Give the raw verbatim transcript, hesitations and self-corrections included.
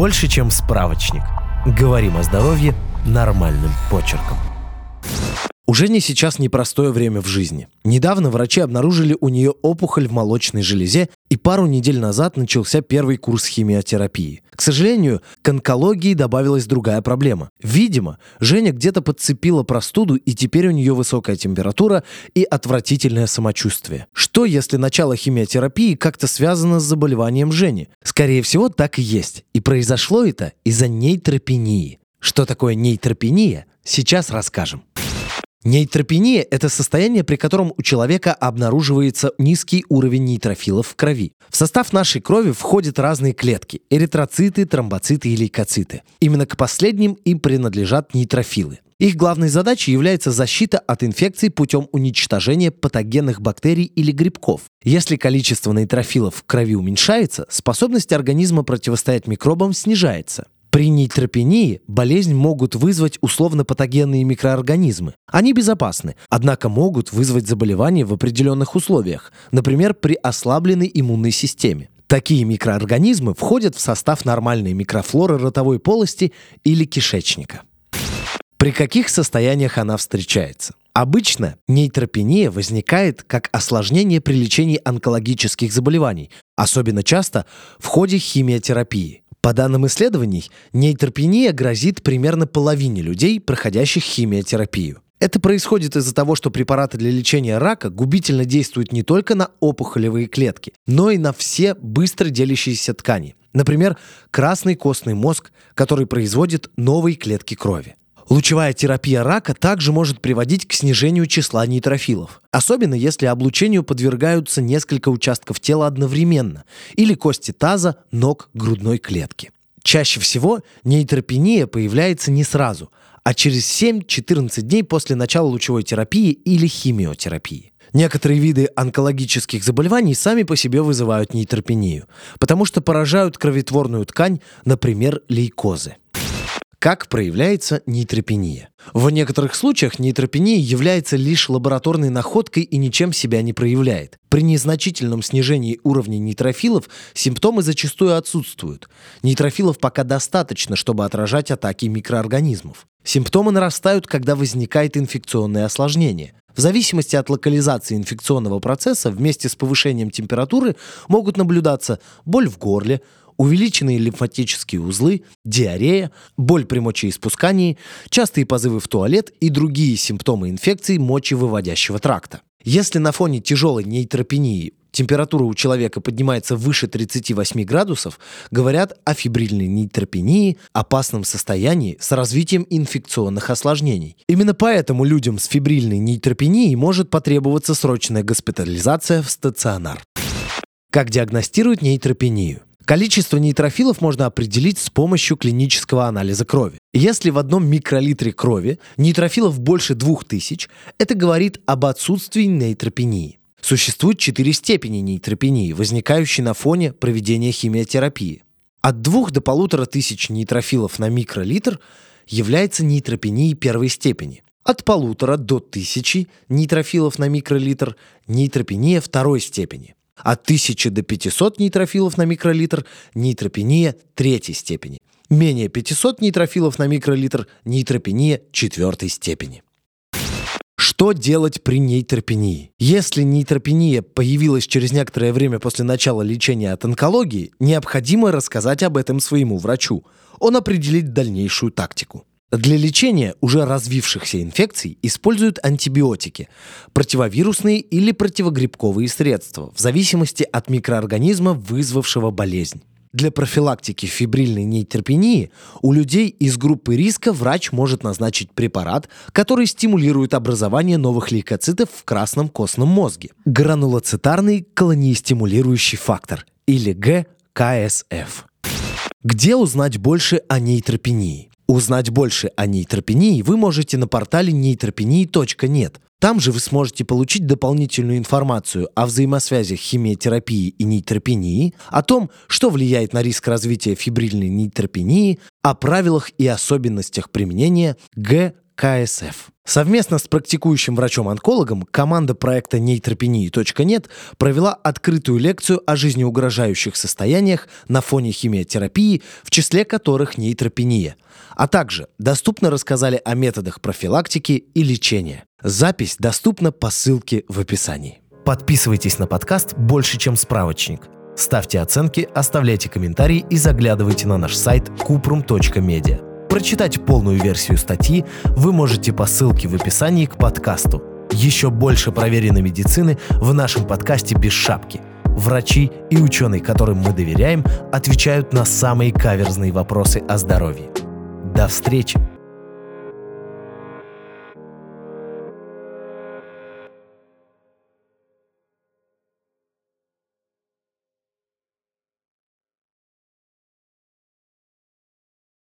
больше, чем справочник. Говорим о здоровье нормальным почерком. У Жени сейчас непростое время в жизни. Недавно врачи обнаружили у нее опухоль в молочной железе, и пару недель назад начался первый курс химиотерапии. К сожалению, к онкологии добавилась другая проблема. Видимо, Женя где-то подцепила простуду, и теперь у нее высокая температура и отвратительное самочувствие. Что, если начало химиотерапии как-то связано с заболеванием Жени? Скорее всего, так и есть. И произошло это из-за нейтропении. Что такое нейтропения, сейчас расскажем. Нейтропения – это состояние, при котором у человека обнаруживается низкий уровень нейтрофилов в крови. В состав нашей крови входят разные клетки – эритроциты, тромбоциты и лейкоциты. Именно к последним им принадлежат нейтрофилы. Их главной задачей является защита от инфекций путем уничтожения патогенных бактерий или грибков. Если количество нейтрофилов в крови уменьшается, способность организма противостоять микробам снижается. При нейтропении болезнь могут вызвать условно-патогенные микроорганизмы. Они безопасны, однако могут вызвать заболевания в определенных условиях, например, при ослабленной иммунной системе. Такие микроорганизмы входят в состав нормальной микрофлоры ротовой полости или кишечника. При каких состояниях она встречается? Обычно нейтропения возникает как осложнение при лечении онкологических заболеваний, особенно часто в ходе химиотерапии. По данным исследований, нейтропения грозит примерно половине людей, проходящих химиотерапию. Это происходит из-за того, что препараты для лечения рака губительно действуют не только на опухолевые клетки, но и на все быстро делящиеся ткани. Например, красный костный мозг, который производит новые клетки крови. Лучевая терапия рака также может приводить к снижению числа нейтрофилов, особенно если облучению подвергаются несколько участков тела одновременно или кости таза, ног, грудной клетки. Чаще всего нейтропения появляется не сразу, а через семь-четырнадцать дней после начала лучевой терапии или химиотерапии. Некоторые виды онкологических заболеваний сами по себе вызывают нейтропению, потому что поражают кроветворную ткань, например, лейкозы. Как проявляется нейтропения? В некоторых случаях нейтропения является лишь лабораторной находкой и ничем себя не проявляет. При незначительном снижении уровня нейтрофилов симптомы зачастую отсутствуют. Нейтрофилов пока достаточно, чтобы отражать атаки микроорганизмов. Симптомы нарастают, когда возникает инфекционное осложнение. В зависимости от локализации инфекционного процесса вместе с повышением температуры могут наблюдаться боль в горле, увеличенные лимфатические узлы, диарея, боль при мочеиспускании, частые позывы в туалет и другие симптомы инфекций мочевыводящего тракта. Если на фоне тяжелой нейтропении температура у человека поднимается выше тридцати восьми градусов, говорят о фебрильной нейтропении, опасном состоянии с развитием инфекционных осложнений. Именно поэтому людям с фебрильной нейтропенией может потребоваться срочная госпитализация в стационар. Как диагностируют нейтропению? Количество нейтрофилов можно определить с помощью клинического анализа крови. Если в одном микролитре крови нейтрофилов больше двух тысяч, это говорит об отсутствии нейтропении. Существует четыре степени нейтропении, возникающие на фоне проведения химиотерапии. От двух до полутора тысяч нейтрофилов на микролитр является нейтропенией первой степени. От полутора до тысячи нейтрофилов на микролитр – нейтропения второй степени. От тысячи до пятисот нейтрофилов на микролитр – нейтропения третьей степени. Менее пятисот нейтрофилов на микролитр – нейтропения четвертой степени. Что делать при нейтропении? Если нейтропения появилась через некоторое время после начала лечения от онкологии, необходимо рассказать об этом своему врачу. Он определит дальнейшую тактику. Для лечения уже развившихся инфекций используют антибиотики, противовирусные или противогрибковые средства, в зависимости от микроорганизма, вызвавшего болезнь. Для профилактики фебрильной нейтропении у людей из группы риска врач может назначить препарат, который стимулирует образование новых лейкоцитов в красном костном мозге – гранулоцитарный колониестимулирующий фактор, или гэ ка эс эф. Где узнать больше о нейтропении? Узнать больше о нейтропении вы можете на портале нейтропении точка нет. Там же вы сможете получить дополнительную информацию о взаимосвязях химиотерапии и нейтропении, о том, что влияет на риск развития фебрильной нейтропении, о правилах и особенностях применения гэ ка эс эф. Совместно с практикующим врачом-онкологом команда проекта нейтропении точка нет провела открытую лекцию о жизнеугрожающих состояниях на фоне химиотерапии, в числе которых нейтропения, а также доступно рассказали о методах профилактики и лечения. Запись доступна по ссылке в описании. Подписывайтесь на подкаст «Больше, чем справочник». Ставьте оценки, оставляйте комментарии и заглядывайте на наш сайт купрум точка медиа. Прочитать полную версию статьи вы можете по ссылке в описании к подкасту. Еще больше проверенной медицины в нашем подкасте «Без шапки». Врачи и ученые, которым мы доверяем, отвечают на самые каверзные вопросы о здоровье. До встречи!